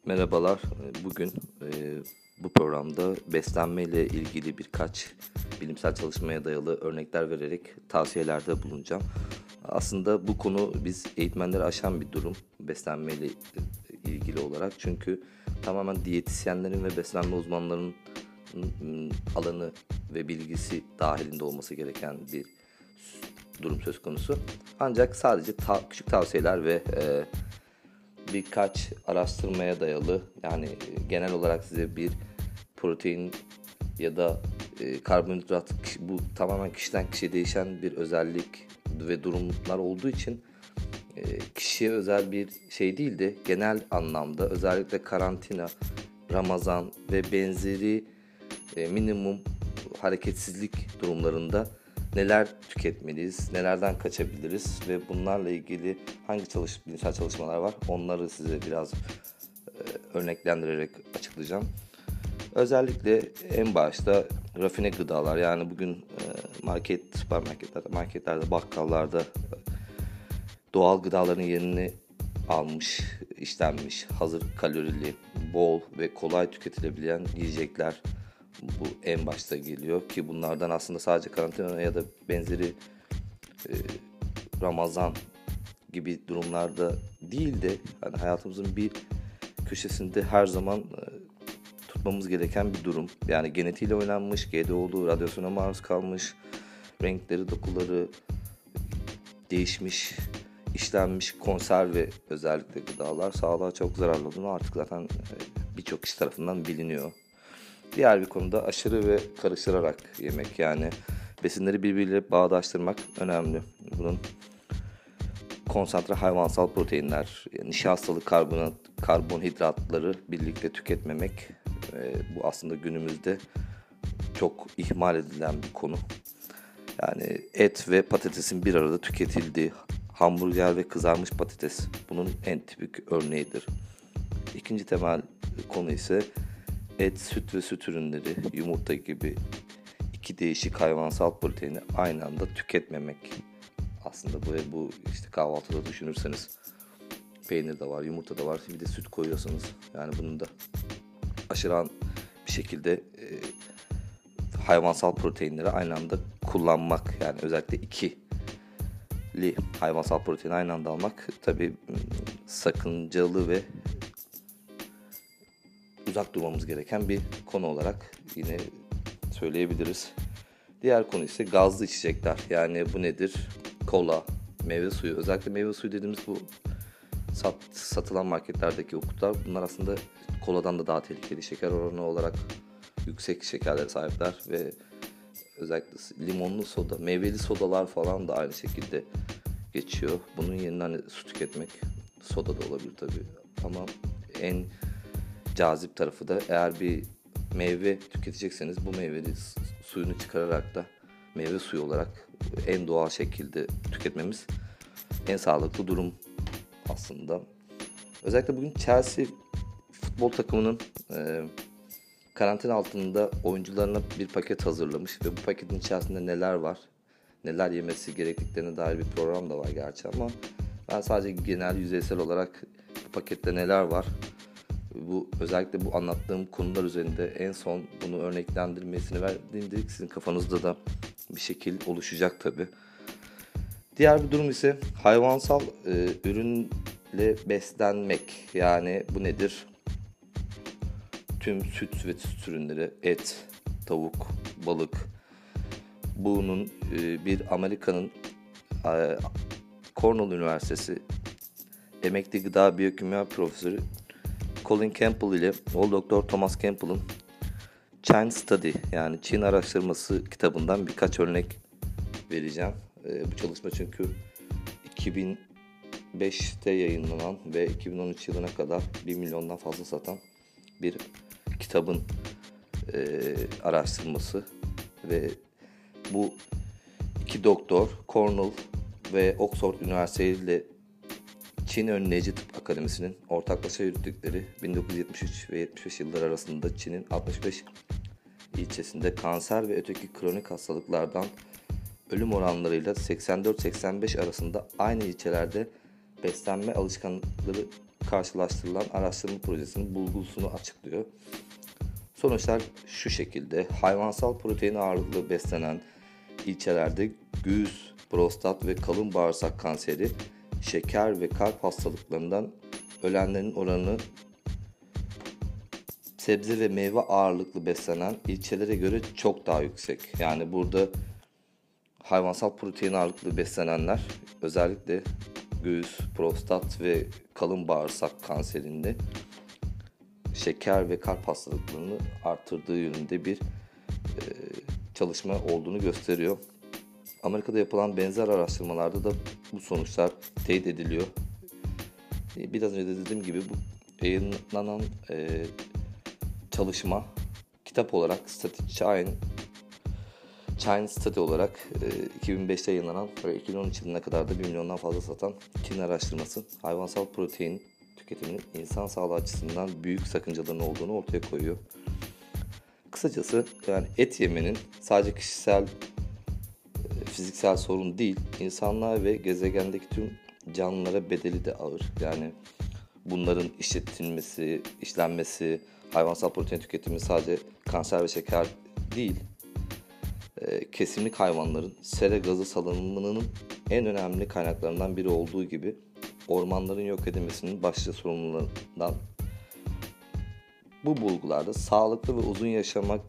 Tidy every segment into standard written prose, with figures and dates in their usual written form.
Merhabalar. Bugün bu programda beslenme ile ilgili birkaç bilimsel çalışmaya dayalı örnekler vererek tavsiyelerde bulunacağım. Aslında bu konu biz eğitmenleri aşan bir durum beslenme ile ilgili olarak. Çünkü tamamen diyetisyenlerin ve beslenme uzmanlarının alanı ve bilgisi dahilinde olması gereken bir durum söz konusu. Ancak sadece küçük tavsiyeler ve birkaç araştırmaya dayalı, yani genel olarak size bir protein ya da karbonhidrat, bu tamamen kişiden kişiye değişen bir özellik ve durumlar olduğu için kişiye özel bir şey değil de genel anlamda özellikle karantina, Ramazan ve benzeri minimum hareketsizlik durumlarında neler tüketmeliyiz, nelerden kaçabiliriz ve bunlarla ilgili hangi bilimsel çalışmalar var, onları size biraz örneklendirerek açıklayacağım. Özellikle en başta rafine gıdalar, yani bugün süpermarketlerde, marketlerde, bakkallarda doğal gıdaların yerini almış, işlenmiş, hazır kalorili, bol ve kolay tüketilebilen yiyecekler bu en başta geliyor ki bunlardan aslında sadece karantina ya da benzeri Ramazan gibi durumlarda değil de hani hayatımızın bir köşesinde her zaman tutmamız gereken bir durum. Yani genetiğiyle oynanmış, GDO'lu, radyasyona maruz kalmış, renkleri, dokuları değişmiş, işlenmiş konserve özellikle gıdalar sağlığa çok zararlı olduğunu artık zaten birçok kişi tarafından biliniyor. Diğer bir konuda aşırı ve karıştırarak yemek, yani besinleri birbiriyle bağdaştırmak önemli. Bunun konsantre hayvansal proteinler, nişastalı karbonhidratları birlikte tüketmemek, bu aslında günümüzde çok ihmal edilen bir konu. Yani et ve patatesin bir arada tüketildiği, hamburger ve kızarmış patates bunun en tipik örneğidir. İkinci temel konu ise et, süt ve süt ürünleri, yumurta gibi iki değişik hayvansal proteini aynı anda tüketmemek. Aslında bu işte kahvaltıda düşünürseniz peynir de var, yumurta da var, bir de süt koyuyorsanız, yani bunun da aşıran bir şekilde hayvansal proteinleri aynı anda kullanmak, yani özellikle ikili hayvansal proteini aynı anda almak tabii sakıncalı ve uzak durmamız gereken bir konu olarak yine söyleyebiliriz. Diğer konu ise gazlı içecekler. Yani bu nedir? Kola, meyve suyu. Özellikle meyve suyu dediğimiz bu satılan marketlerdeki okutlar, bunlar aslında koladan da daha tehlikeli. Şeker oranı olarak yüksek şekerlere sahipler ve özellikle limonlu soda, meyveli sodalar falan da aynı şekilde geçiyor. Bunun yerine hani su tüketmek, soda da olabilir tabii. Ama en cazip tarafı da, eğer bir meyve tüketecekseniz bu meyveli suyunu çıkararak da meyve suyu olarak en doğal şekilde tüketmemiz en sağlıklı durum aslında. Özellikle bugün Chelsea futbol takımının karantina altında oyuncularına bir paket hazırlamış ve bu paketin içerisinde neler var, neler yemesi gerektiklerine dair bir program da var gerçi, ama ben sadece genel yüzeysel olarak bu pakette neler var, bu özellikle bu anlattığım konular üzerinde en son bunu örneklendirmesini verdiğimde sizin kafanızda da bir şekil oluşacak tabii. Diğer bir durum ise hayvansal ürünle beslenmek. Yani bu nedir? Tüm süt ve süt ürünleri, et, tavuk, balık. Bunun bir Amerika'nın Cornell Üniversitesi emekli gıda biyokimya profesörü Colin Campbell ile Old Doktor Thomas Campbell'ın China Study, yani Çin araştırması kitabından birkaç örnek vereceğim. Bu çalışma çünkü 2005'te yayınlanan ve 2013 yılına kadar 1 milyondan fazla satan bir kitabın araştırması ve bu iki doktor Cornell ve Oxford Üniversitesi ile Çin Önleyici Tıp Akademisi'nin ortaklaşa yürüttükleri 1973 ve 75 yılları arasında Çin'in 65 ilçesinde kanser ve öteki kronik hastalıklardan ölüm oranlarıyla 84-85 arasında aynı ilçelerde beslenme alışkanlıkları karşılaştırılan araştırma projesinin bulgusunu açıklıyor. Sonuçlar şu şekilde: hayvansal protein ağırlıklı beslenen ilçelerde göğüs, prostat ve kalın bağırsak kanseri, şeker ve kalp hastalıklarından ölenlerin oranı sebze ve meyve ağırlıklı beslenen ilçelere göre çok daha yüksek. Yani burada hayvansal protein ağırlıklı beslenenler özellikle göğüs, prostat ve kalın bağırsak kanserinde, şeker ve kalp hastalıklarını arttırdığı yönünde bir çalışma olduğunu gösteriyor. Amerika'da yapılan benzer araştırmalarda da bu sonuçlar teyit ediliyor. Biraz önce de dediğim gibi bu yayınlanan çalışma kitap olarak China Study olarak 2005'te yayınlanan ve 2013 yılına kadar da 1 milyondan fazla satan Çin araştırması hayvansal protein tüketiminin insan sağlığı açısından büyük sakıncaların olduğunu ortaya koyuyor. Kısacası yani et yemenin sadece kişisel fiziksel sorun değil, insanlığa ve gezegendeki tüm canlılara bedeli de ağır. Yani bunların işletilmesi, işlenmesi, hayvansal protein tüketimi sadece kanser ve şeker değil, kesimlik hayvanların sera gazı salınımının en önemli kaynaklarından biri olduğu gibi ormanların yok edilmesinin başlıca sorumluluğundan. Bu bulgularda sağlıklı ve uzun yaşamanın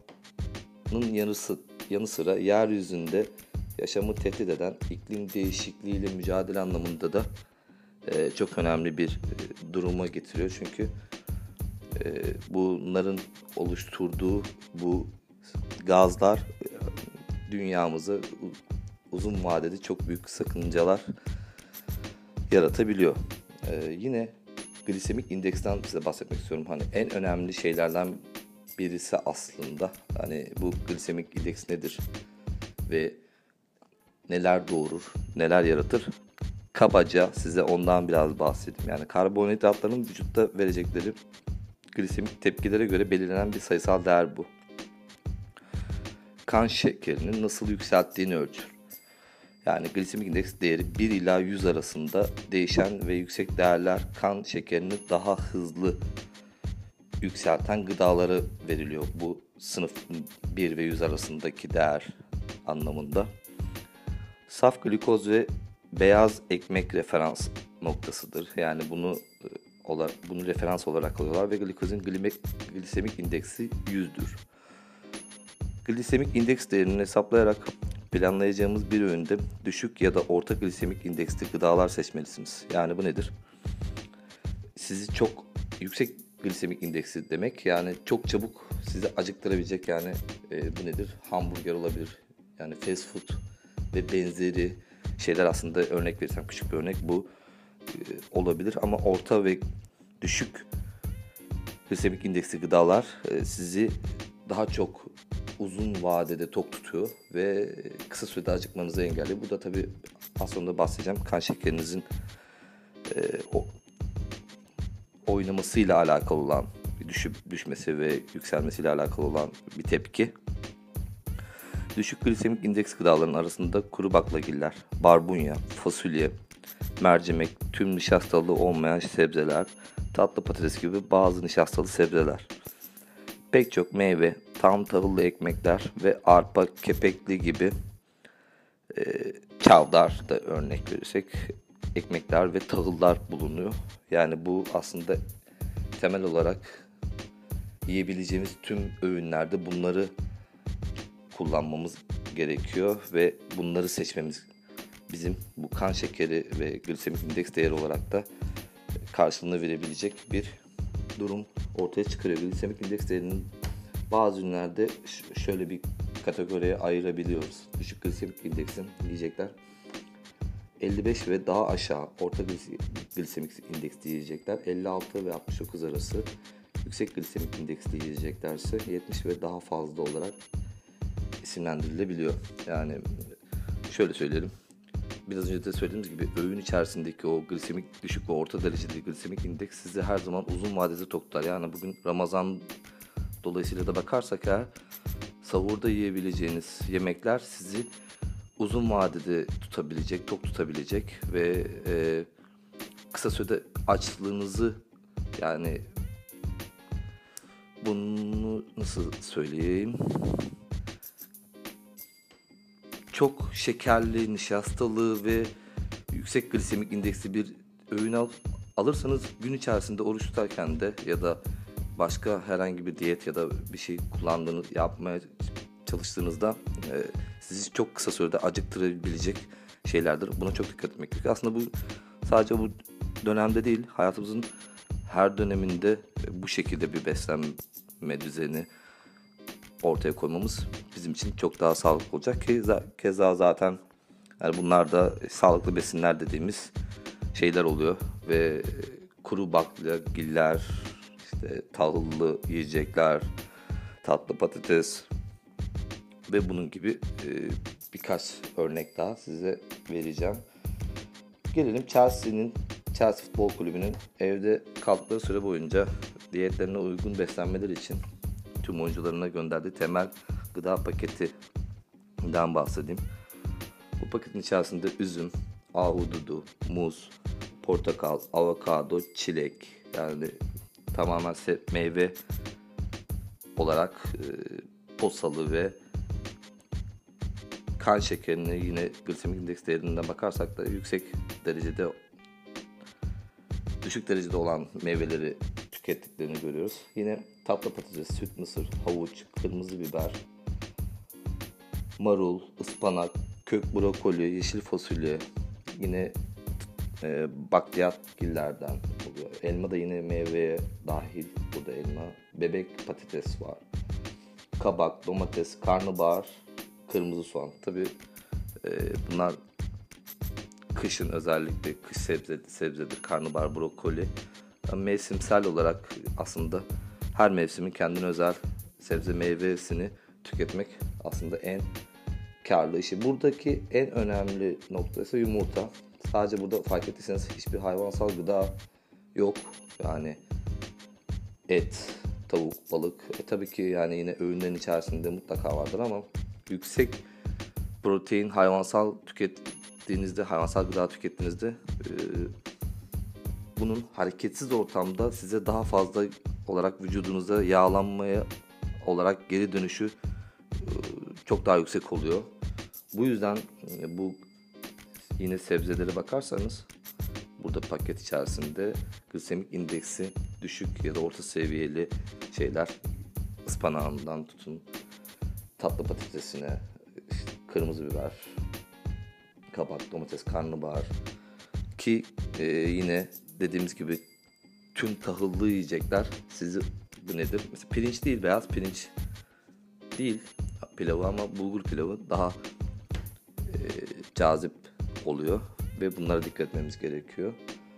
yanı sıra yeryüzünde yaşamı tehdit eden iklim değişikliğiyle mücadele anlamında da çok önemli bir duruma getiriyor. Çünkü bunların oluşturduğu bu gazlar dünyamıza uzun vadede çok büyük sakıncalar yaratabiliyor. Yine glisemik indeksten size bahsetmek istiyorum. Hani en önemli şeylerden birisi aslında hani bu glisemik indeks nedir ve neler doğurur, neler yaratır? Kabaca size ondan biraz bahsedeyim. Yani karbonhidratların vücutta verecekleri glisemik tepkilere göre belirlenen bir sayısal değer bu. Kan şekerinin nasıl yükselttiğini ölçür. Yani glisemik indeks değeri 1 ila 100 arasında değişen ve yüksek değerler kan şekerini daha hızlı yükselten gıdalara veriliyor. Bu sınıf 1 ve 100 arasındaki değer anlamında. Saf glikoz ve beyaz ekmek referans noktasıdır. Yani bunu referans olarak alıyorlar ve glikozun glisemik indeksi 100'dür. Glisemik indeks değerini hesaplayarak planlayacağımız bir öğünde düşük ya da orta glisemik indeksli gıdalar seçmelisiniz. Yani bu nedir? Sizi çok yüksek glisemik indeksi demek. Yani çok çabuk sizi acıktırabilecek, yani bu nedir? Hamburger olabilir. Yani fast food ve benzeri şeyler, aslında örnek verirsem küçük bir örnek bu olabilir. Ama orta ve düşük glisemik indeksli gıdalar sizi daha çok uzun vadede tok tutuyor ve kısa sürede acıkmanızı engelliyor. Bu da tabii az sonra bahsedeceğim kan şekerinizin oynamasıyla alakalı olan, düşmesi ve yükselmesiyle alakalı olan bir tepki. Düşük glisemik indeks gıdaların arasında kuru baklagiller, barbunya, fasulye, mercimek, tüm nişastalı olmayan sebzeler, tatlı patates gibi bazı nişastalı sebzeler, pek çok meyve, tam tahıllı ekmekler ve arpa kepekli gibi çavdar da örnek verirsek ekmekler ve tahıllar bulunuyor. Yani bu aslında temel olarak yiyebileceğimiz tüm öğünlerde bunları kullanmamız gerekiyor ve bunları seçmemiz bizim bu kan şekeri ve glisemik indeks değeri olarak da karşılığını verebilecek bir durum ortaya çıkarıyor. Glisemik indeks değerinin bazı ürünlerde şöyle bir kategoriye ayırabiliyoruz. Düşük glisemik indeksin yiyecekler 55 ve daha aşağı, orta glisemik indeksli yiyecekler 56 ve 69 arası, yüksek glisemik indeksli yiyecekler ise 70 ve daha fazla olarak isimlendirilebiliyor. Yani şöyle söyleyelim. Biraz önce de söylediğimiz gibi öğün içerisindeki o glisemik düşük ve orta dereceli glisemik indeks sizi her zaman uzun vadede tok tutar. Yani bugün Ramazan dolayısıyla da bakarsak eğer, sahurda yiyebileceğiniz yemekler sizi uzun vadede tutabilecek, tok tutabilecek ve kısa sürede açlığınızı, yani bunu nasıl söyleyeyim? Çok şekerli, nişastalı ve yüksek glisemik indeksli bir öğün alırsanız gün içerisinde oruç tutarken de ya da başka herhangi bir diyet ya da bir şey yapmaya çalıştığınızda sizi çok kısa sürede acıktırabilecek şeylerdir. Buna çok dikkat etmek gerekiyor. Aslında bu sadece bu dönemde değil, hayatımızın her döneminde bu şekilde bir beslenme düzeni ortaya koymamız bizim için çok daha sağlıklı olacak ki keza zaten yani bunlar da sağlıklı besinler dediğimiz şeyler oluyor ve kuru baklagiller, işte tahıllı yiyecekler, tatlı patates ve bunun gibi birkaç örnek daha size vereceğim. Gelelim Chelsea Futbol Kulübü'nün evde kaldıkları süre boyunca diyetlerine uygun beslenmeleri için tüm oyuncularına gönderdiği temel gıda paketinden bahsedeyim. Bu paketin içerisinde üzüm, ahududu, muz, portakal, avokado, çilek, yani tamamen meyve olarak posalı ve kan şekerine, yine glisemik indeks değerinden bakarsak da düşük derecede olan meyveleri tükettiklerini görüyoruz. Yine tatlı patates, süt mısır, havuç, kırmızı biber, marul, ıspanak, kök brokoli, yeşil fasulye, yine bakliyatgillerden oluyor. Elma da yine meyveye dahil. Burada elma, bebek patates var. Kabak, domates, karnabahar, kırmızı soğan. Tabii bunlar kışın, özellikle kış sebzedir. Karnabahar, brokoli. Mevsimsel olarak aslında her mevsimin kendine özel sebze meyvesini tüketmek aslında en karlı işi. Buradaki en önemli nokta ise yumurta. Sadece burada fark ettiyseniz hiçbir hayvansal gıda yok. Yani et, tavuk, balık. Tabii ki yani yine öğünlerin içerisinde mutlaka vardır ama yüksek protein hayvansal gıda tükettiğinizde bunun hareketsiz ortamda size daha fazla olarak vücudunuza yağlanmaya olarak geri dönüşü çok daha yüksek oluyor. Bu yüzden bu yine sebzelere bakarsanız burada paket içerisinde glisemik indeksi düşük ya da orta seviyeli şeyler, ıspanağından tutun tatlı patatesine, işte kırmızı biber, kabak, domates, karnabahar ki yine dediğimiz gibi tüm tahıllı yiyecekler bu nedir? Mesela pirinç değil, beyaz pirinç değil pilavı ama bulgur pilavı daha cazip oluyor ve bunlara dikkat etmemiz gerekiyor.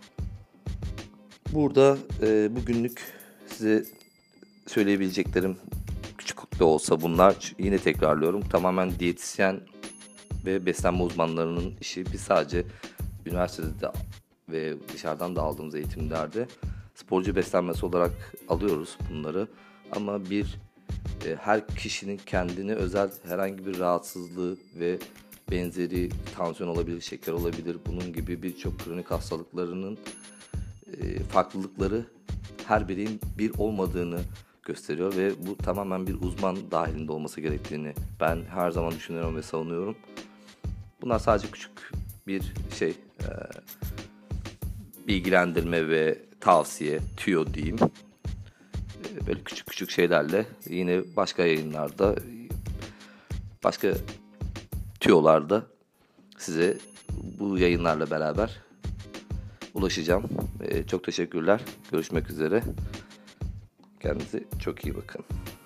Burada bugünlük size söyleyebileceklerim küçük de olsa bunlar. Yine tekrarlıyorum, tamamen diyetisyen ve beslenme uzmanlarının işi. Biz sadece üniversitede ve dışarıdan da aldığımız eğitimlerde sporcu beslenmesi olarak alıyoruz bunları. Ama her kişinin kendine özel herhangi bir rahatsızlığı ve benzeri tansiyon olabilir, şeker olabilir, bunun gibi birçok kronik hastalıklarının farklılıkları her birinin bir olmadığını gösteriyor ve bu tamamen bir uzman dahilinde olması gerektiğini ben her zaman düşünüyorum ve savunuyorum. Bunlar sadece küçük bir bilgilendirme ve tavsiye, tüyo diyeyim. Böyle küçük küçük şeylerle yine başka yayınlarda, başka tüyolarda size bu yayınlarla beraber ulaşacağım. Çok teşekkürler. Görüşmek üzere. Kendinize çok iyi bakın.